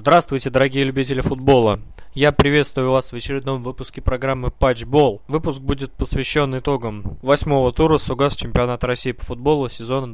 Здравствуйте, дорогие любители футбола! Я приветствую вас в очередном выпуске программы Патчбол. Выпуск будет посвящен итогам 8-го тура СУГАС чемпионата России по футболу сезона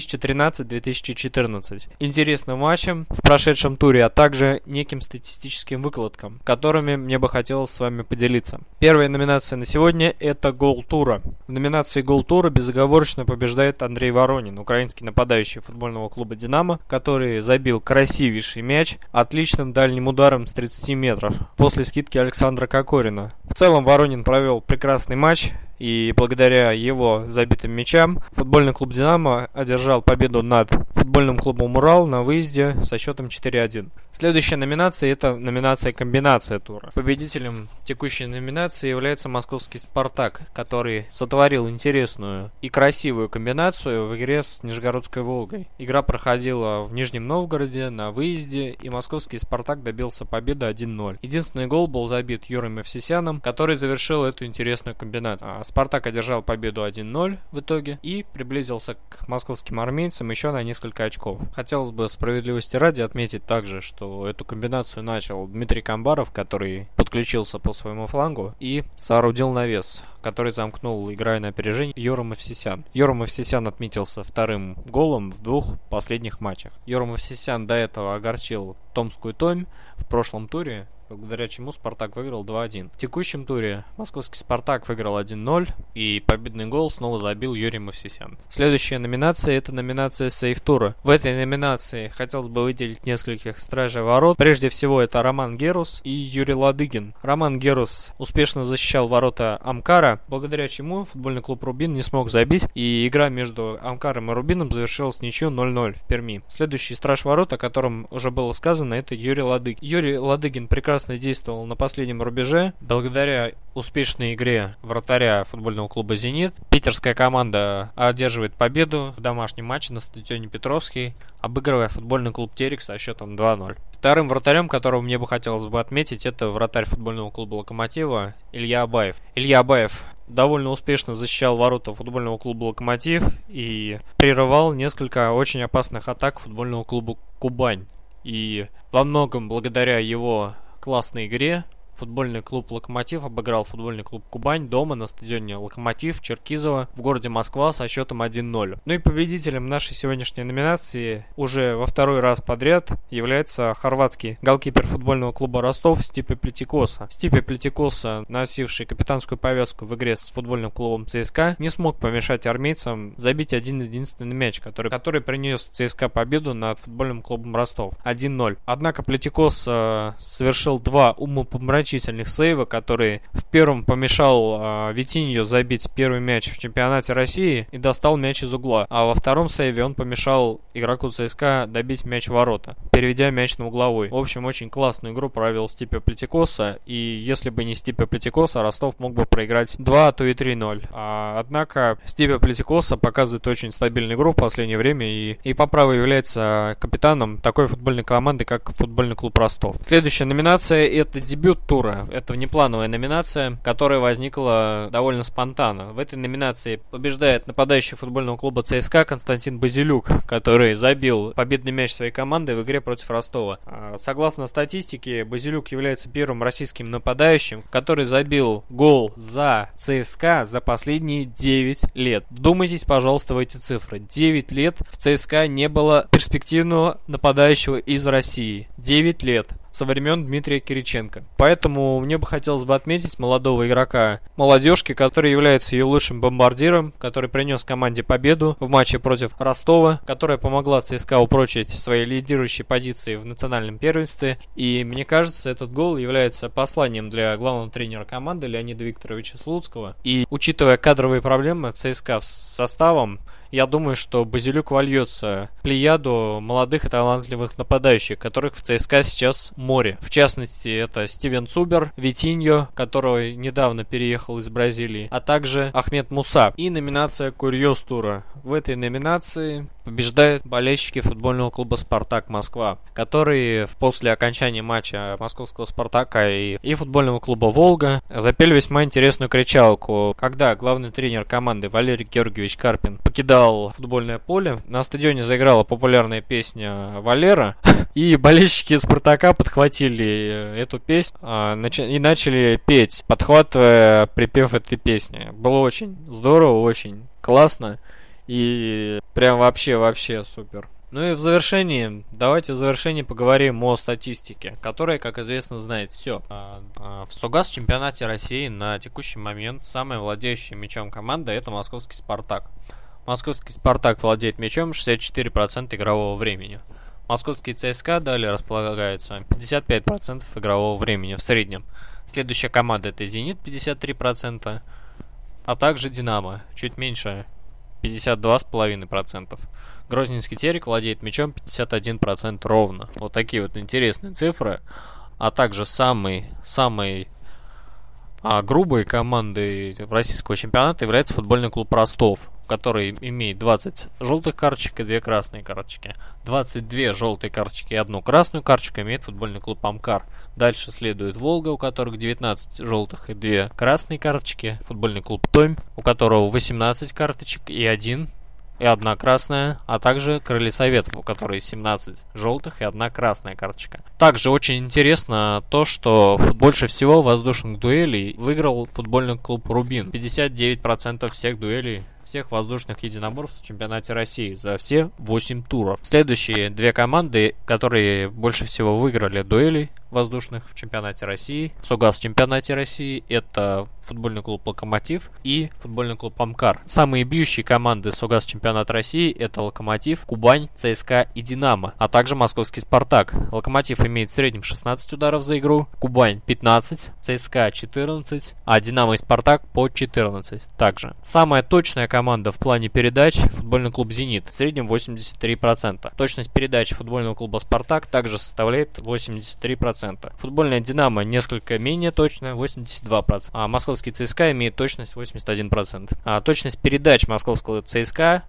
2013-2014, интересным матчам в прошедшем туре, а также неким статистическим выкладкам, которыми мне бы хотелось с вами поделиться. Первая номинация на сегодня – это гол тура. В номинации гол тура безоговорочно побеждает Андрей Воронин, украинский нападающий футбольного клуба «Динамо», который забил красивейший мяч отличным дальним ударом с 30 метров после скидки Александра Кокорина. В целом Воронин провел прекрасный матч, и благодаря его забитым мячам футбольный клуб «Динамо» одержал победу над футбольным клубом «Урал» на выезде со счетом 4-1. Следующая номинация – это номинация «Комбинация тура». Победителем текущей номинации является московский «Спартак», который сотворил интересную и красивую комбинацию в игре с Нижегородской «Волгой». Игра проходила в Нижнем Новгороде на выезде, и московский «Спартак» добился победы 1-0. Единственный гол был забит Юрой Мовсисяном, который завершил эту интересную комбинацию. «Спартак» одержал победу 1-0 в итоге и приблизился к московским армейцам еще на несколько очков. Хотелось бы справедливости ради отметить также, что эту комбинацию начал Дмитрий Камбаров, который подключился по своему флангу и соорудил навес, который замкнул, играя на опережение, Юра Мовсисян. Юра Мовсисян отметился вторым голом в двух последних матчах. Юра Мовсисян до этого огорчил Томскую Томь в прошлом туре, благодаря чему «Спартак» выиграл 2-1. В текущем туре московский «Спартак» выиграл 1-0, и победный гол снова забил Юрий Мовсисян. Следующая номинация – это номинация «Сейф тура». В этой номинации хотелось бы выделить нескольких стражей ворот. Прежде всего, это Роман Герус и Юрий Ладыгин. Роман Герус успешно защищал ворота Амкара, благодаря чему футбольный клуб «Рубин» не смог забить, и игра между Амкаром и Рубином завершилась ничью 0-0 в Перми. Следующий страж ворот, о котором уже было сказано, это Юрий Ладыгин. Юрий Ладыгин прекрасно действовал на последнем рубеже. Благодаря успешной игре вратаря футбольного клуба «Зенит» питерская команда одерживает победу в домашнем матче на стадионе Петровский, обыгрывая футбольный клуб «Терек» со счетом 2-0. Вторым вратарем, которого мне бы хотелось бы отметить, это вратарь футбольного клуба «Локомотива» Илья Абаев. Илья Абаев довольно успешно защищал ворота футбольного клуба «Локомотив» и прерывал несколько очень опасных атак футбольного клуба «Кубань». И во многом благодаря его классной игре футбольный клуб «Локомотив» обыграл футбольный клуб «Кубань» дома на стадионе «Локомотив» Черкизово в городе Москва со счетом 1-0. Ну и победителем нашей сегодняшней номинации уже во второй раз подряд является хорватский голкипер футбольного клуба «Ростов» Стипе Плетикоса. Стипе Плетикоса, носивший капитанскую повязку в игре с футбольным клубом ЦСКА, не смог помешать армейцам забить один-единственный мяч, который принес ЦСКА победу над футбольным клубом «Ростов» 1-0. Однако Плетикос совершил два умопомрачительных сейва, который в первом помешал Витинью забить первый мяч в чемпионате России и достал мяч из угла, а во втором сейве он помешал игроку ЦСКА добить мяч в ворота, переведя мяч на угловой. В общем, очень классную игру провел Стипе Плетикоса, и если бы не Стипе Плетикоса, Ростов мог бы проиграть 2, а то и 3-0. Однако Стипе Плетикоса показывает очень стабильную игру в последнее время и по праву является капитаном такой футбольной команды, как футбольный клуб Ростов. Следующая номинация – это дебют тура. Это внеплановая номинация, которая возникла довольно спонтанно. В этой номинации побеждает нападающий футбольного клуба ЦСКА Константин Базилюк, который забил победный мяч своей команды в игре против Ростова. Согласно статистике, Базилюк является первым российским нападающим, который забил гол за ЦСКА за последние 9 лет. Вдумайтесь, пожалуйста, в эти цифры. 9 лет в ЦСКА не было перспективного нападающего из России. 9 лет. Со времен Дмитрия Кириченко. Поэтому мне бы хотелось бы отметить молодого игрока молодежки, который является ее лучшим бомбардиром, который принес команде победу в матче против Ростова, которая помогла ЦСКА упрочить свои лидирующие позиции в национальном первенстве. И мне кажется, этот гол является посланием для главного тренера команды Леонида Викторовича Слуцкого. И учитывая кадровые проблемы ЦСКА с составом, я думаю, что Базилюк вольется в плеяду молодых и талантливых нападающих, которых в ЦСКА сейчас море. В частности, это Стивен Цубер, Витиньо, который недавно переехал из Бразилии, а также Ахмед Муса. И номинация «Курьез тура». В этой номинации побеждают болельщики футбольного клуба «Спартак Москва», которые после окончания матча московского «Спартака» и футбольного клуба «Волга» запели весьма интересную кричалку, когда главный тренер команды Валерий Георгиевич Карпин покидал покидал футбольное поле. На стадионе заиграла популярная песня «Валера», и болельщики «Спартака» подхватили эту песню и начали петь, подхватывая припев этой песни. Было очень здорово, очень классно и прям вообще супер. Ну и давайте в завершении поговорим о статистике, которая, как известно, знает все. В СОГАС чемпионате России на текущий момент самая владеющая мячом команда — это московский «Спартак». Московский «Спартак» владеет мячом 64% игрового времени. Московский ЦСКА далее располагается 55% игрового времени в среднем. Следующая команда — это «Зенит» 53%, а также «Динамо» чуть меньше 52,5%. Грозненский «Терек» владеет мячом 51% ровно. Вот такие вот интересные цифры. А также самой грубой командой российского чемпионата является футбольный клуб «Ростов», который имеет 20 желтых карточек и 2 красные карточки. 22 желтые карточки и 1 красную карточку имеет футбольный клуб «Амкар». Дальше следует «Волга», у которых 19 желтых и 2 красные карточки. Футбольный клуб «Томь», у которого 18 карточек и 1 красная, а также «Крылья Советов», у которой 17 желтых и 1 красная карточка. Также очень интересно то, что больше всего воздушных дуэлей выиграл футбольный клуб «Рубин». 59% всех дуэлей, всех воздушных единоборств в чемпионате России за все 8 туров. Следующие две команды, которые больше всего выиграли дуэлей воздушных в чемпионате России, в СОГАС чемпионате России, это футбольный клуб «Локомотив» и футбольный клуб «Амкар». Самые бьющие команды СОГАС чемпионата России — это «Локомотив», «Кубань», ЦСКА и «Динамо», а также московский «Спартак». «Локомотив» имеет в среднем 16 ударов за игру, «Кубань» 15, ЦСКА 14, а «Динамо» и «Спартак» по 14 также. Самая точная команда в плане передач — футбольный клуб «Зенит», в среднем 83%. Точность передач футбольного клуба «Спартак» также составляет 83%. Футбольная «Динамо» несколько менее точная, 82%. А московский ЦСКА имеет точность 81%. А точность передач московского ЦСКА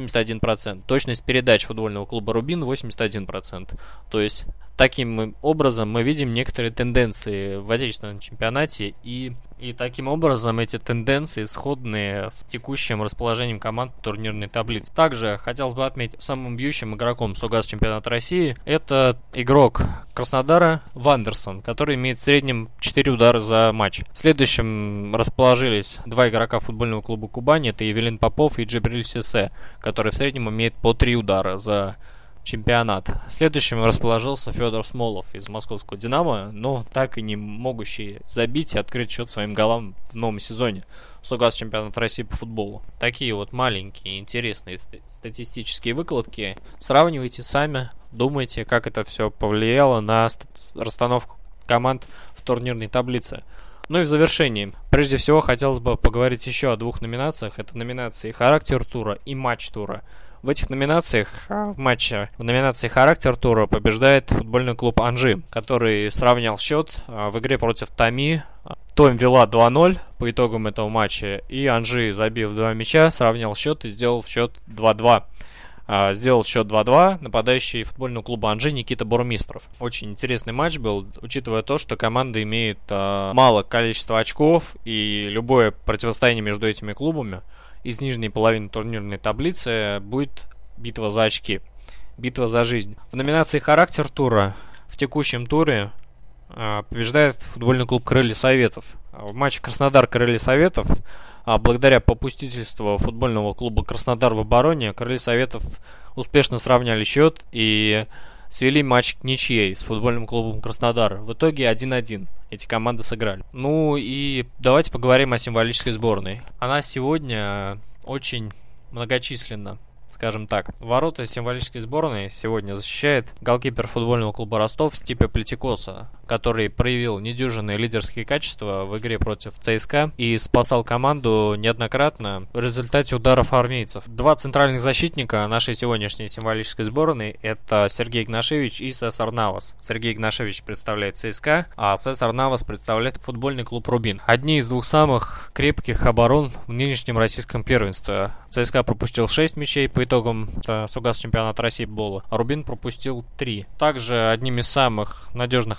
81%. Точность передач футбольного клуба «Рубин» 81%. То есть таким образом мы видим некоторые тенденции в отечественном чемпионате, и таким образом эти тенденции сходные с текущим расположением команд в турнирной таблице. Также хотелось бы отметить, самым бьющим игроком СОГАС чемпионата России это игрок Краснодара Вандерсон, который имеет в среднем 4 удара за матч. Следующим расположились два игрока футбольного клуба «Кубань», это Евелин Попов и Джибриль Сисе, который в среднем имеет по 3 удара за чемпионат. Следующим расположился Федор Смолов из московского «Динамо», но так и не могущий забить и открыть счет своим голам в новом сезоне СОГАС чемпионата России по футболу. Такие вот маленькие интересные статистические выкладки. Сравнивайте сами, думайте, как это все повлияло на расстановку команд в турнирной таблице. Ну и в завершении, прежде всего, хотелось бы поговорить еще о двух номинациях. Это номинации «Характер тура» и «Матч тура». В этих номинациях, в номинации «Характер тура» побеждает футбольный клуб «Анжи», который сравнял счет в игре против Томи. Том вела 2-0 по итогам этого матча, и Анжи, забив 2 мяча, сравнял счет и сделал счет 2-2. Сделал счет 2-2 нападающий футбольного клуба «Анжи» Никита Бурмистров. Очень интересный матч был, учитывая то, что команда имеет мало количества очков, и любое противостояние между этими клубами из нижней половины турнирной таблицы будет битва за очки, битва за жизнь. В номинации «Характер тура» в текущем туре побеждает футбольный клуб «Крылья Советов». В матче Краснодар-Крылья Советов, благодаря попустительству футбольного клуба «Краснодар» в обороне, Крылья Советов успешно сравняли счет и свели матч к ничьей с футбольным клубом Краснодар. В итоге 1-1 эти команды сыграли. Ну и давайте поговорим о символической сборной. Она сегодня очень многочисленна, скажем так. Ворота символической сборной сегодня защищает голкипер футбольного клуба «Ростов» Стипе Плетикоса, который проявил недюжинные лидерские качества в игре против ЦСКА и спасал команду неоднократно в результате ударов армейцев. Два центральных защитника нашей сегодняшней символической сборной — это Сергей Игнашевич и Сесар Навас. Сергей Игнашевич представляет ЦСКА, а Сесар Навас представляет футбольный клуб «Рубин». Одни из двух самых крепких оборон в нынешнем российском первенстве. ЦСКА пропустил 6 мячей по итогам СОГАС чемпионата России футбола, а «Рубин» пропустил 3. Также одним из самых надежных оборон является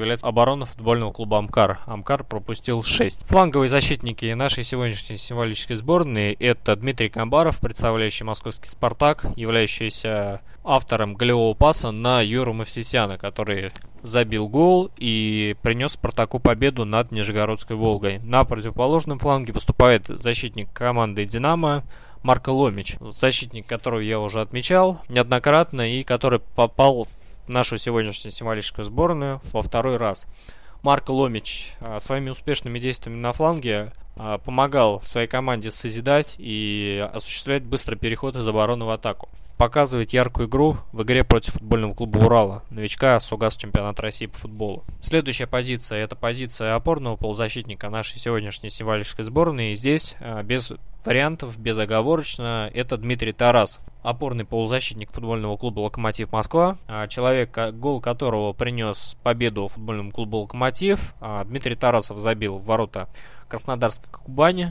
является оборона футбольного клуба «Амкар». «Амкар» пропустил 6. Фланговые защитники нашей сегодняшней символической сборной — это Дмитрий Камбаров, представляющий московский «Спартак», являющийся автором голевого паса на Юру Мовсисяна, который забил гол и принес «Спартаку» победу над Нижегородской «Волгой». На противоположном фланге выступает защитник команды «Динамо» Марко Ломич, защитник, которого я уже отмечал неоднократно и который попал в нашу сегодняшнюю символическую сборную во второй раз. Марко Ломич своими успешными действиями на фланге помогал своей команде созидать и осуществлять быстрый переход из обороны в атаку. Показывает яркую игру в игре против футбольного клуба «Урала», новичка СУГАС чемпионата России по футболу. Следующая позиция — это позиция опорного полузащитника нашей сегодняшней символической сборной. И здесь без вариантов, безоговорочно, это Дмитрий Тарасов, опорный полузащитник футбольного клуба «Локомотив Москва», человек, гол которого принес победу футбольному клубу «Локомотив». Дмитрий Тарасов забил в ворота Краснодарской Кубани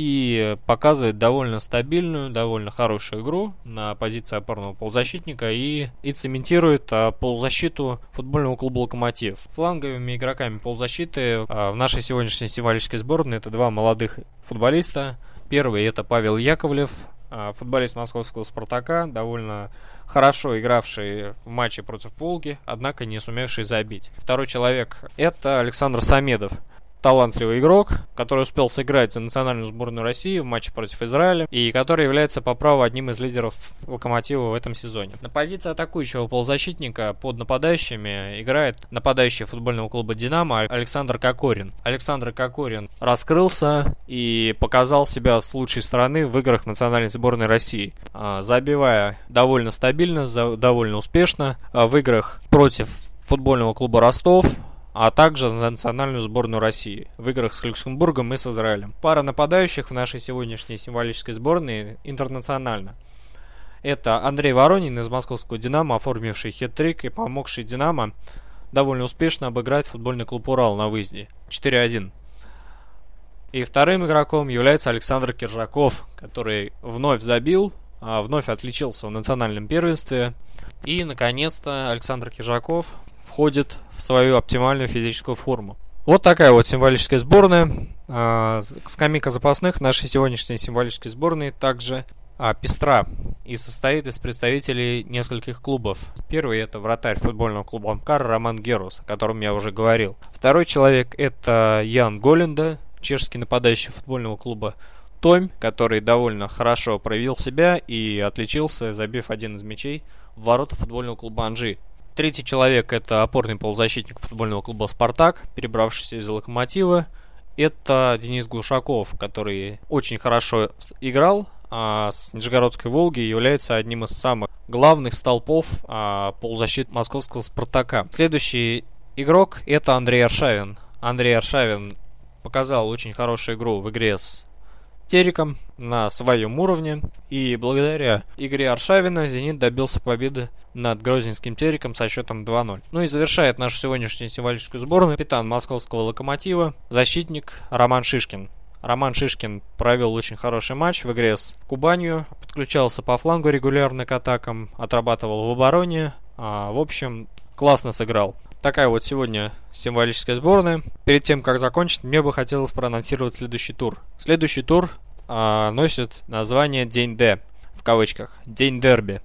и показывает довольно стабильную, довольно хорошую игру на позиции опорного полузащитника и цементирует полузащиту футбольного клуба «Локомотив». Фланговыми игроками полузащиты в нашей сегодняшней символической сборной это два молодых футболиста. Первый — это Павел Яковлев, футболист московского «Спартака», довольно хорошо игравший в матче против «Волги», однако не сумевший забить. Второй человек — это Александр Самедов, талантливый игрок, который успел сыграть за национальную сборную России в матче против Израиля и который является по праву одним из лидеров «Локомотива» в этом сезоне. На позиции атакующего полузащитника под нападающими играет нападающий футбольного клуба «Динамо» Александр Кокорин. Александр Кокорин раскрылся и показал себя с лучшей стороны в играх национальной сборной России, забивая довольно стабильно, довольно успешно в играх против футбольного клуба «Ростов», а также за национальную сборную России в играх с Люксембургом и с Израилем. Пара нападающих в нашей сегодняшней символической сборной интернациональна. Это Андрей Воронин из московского «Динамо», оформивший хет-трик и помогший «Динамо» довольно успешно обыграть футбольный клуб «Урал» на выезде 4-1. И вторым игроком является Александр Киржаков, который вновь забил, вновь отличился в национальном первенстве. И, наконец-то, Александр Киржаков входит в свою оптимальную физическую форму. Вот такая вот символическая сборная. Скамейка запасных нашей сегодняшней символической сборной также пестра и состоит из представителей нескольких клубов. Первый — это вратарь футбольного клуба «Амкар» Роман Герус, о котором я уже говорил. Второй человек — это Ян Голенда, чешский нападающий футбольного клуба «Томь», который довольно хорошо проявил себя и отличился, забив один из мячей в ворота футбольного клуба «Анжи». Третий человек — это опорный полузащитник футбольного клуба «Спартак», перебравшийся из «Локомотива». Это Денис Глушаков, который очень хорошо играл, а с Нижегородской «Волги» является одним из самых главных столпов полузащиты московского «Спартака». Следующий игрок — это Андрей Аршавин. Андрей Аршавин показал очень хорошую игру в игре с Тереком на своем уровне, и благодаря игре Аршавина «Зенит» добился победы над грозненским Тереком со счетом 2-0. Ну и завершает нашу сегодняшнюю символическую сборную капитан московского «Локомотива», защитник Роман Шишкин. Роман Шишкин провел очень хороший матч в игре с Кубанью, подключался по флангу регулярно к атакам, отрабатывал в обороне, в общем, классно сыграл. Такая вот сегодня символическая сборная. Перед тем, как закончить, мне бы хотелось проанонсировать следующий тур. Следующий тур носит название «День Д», в кавычках, «День дерби».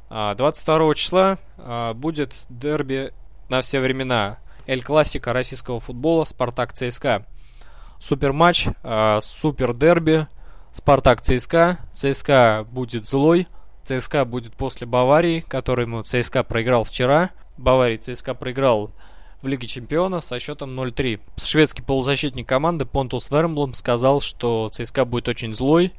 22 числа будет дерби на все времена. Эль-классика российского футбола «Спартак-ЦСКА». Суперматч, супер дерби, «Спартак-ЦСКА». ЦСКА будет злой. ЦСКА будет после Баварии, которому ЦСКА проиграл вчера. Баварии ЦСКА проиграл в Лиге Чемпионов со счетом 0-3. Шведский полузащитник команды Понтус Вермблом сказал, что ЦСКА будет очень злой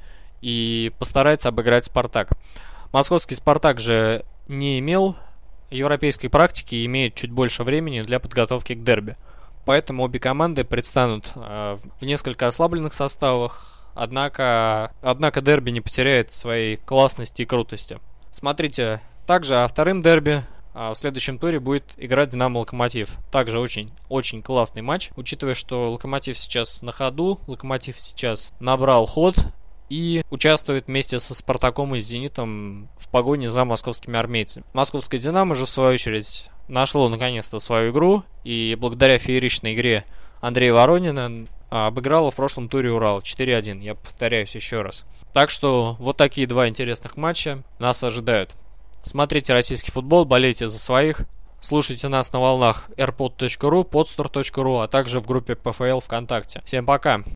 и постарается обыграть Спартак. Московский Спартак же не имел европейской практики и имеет чуть больше времени для подготовки к дерби. Поэтому обе команды предстанут в несколько ослабленных составах, однако дерби не потеряет своей классности и крутости. Смотрите, также вторым дерби в следующем туре будет играть «Динамо-Локомотив». Также очень классный матч, учитывая, что «Локомотив» сейчас на ходу, «Локомотив» сейчас набрал ход и участвует вместе со «Спартаком» и с «Зенитом» в погоне за московскими армейцами. Московская «Динамо» же, в свою очередь, нашло наконец-то свою игру, и благодаря фееричной игре Андрея Воронина обыграла в прошлом туре Урал 4-1. Я повторяюсь еще раз. Так что вот такие два интересных матча нас ожидают. Смотрите российский футбол, болейте за своих. Слушайте нас на волнах airpod.ru, podstar.ru, а также в группе PFL ВКонтакте. Всем пока!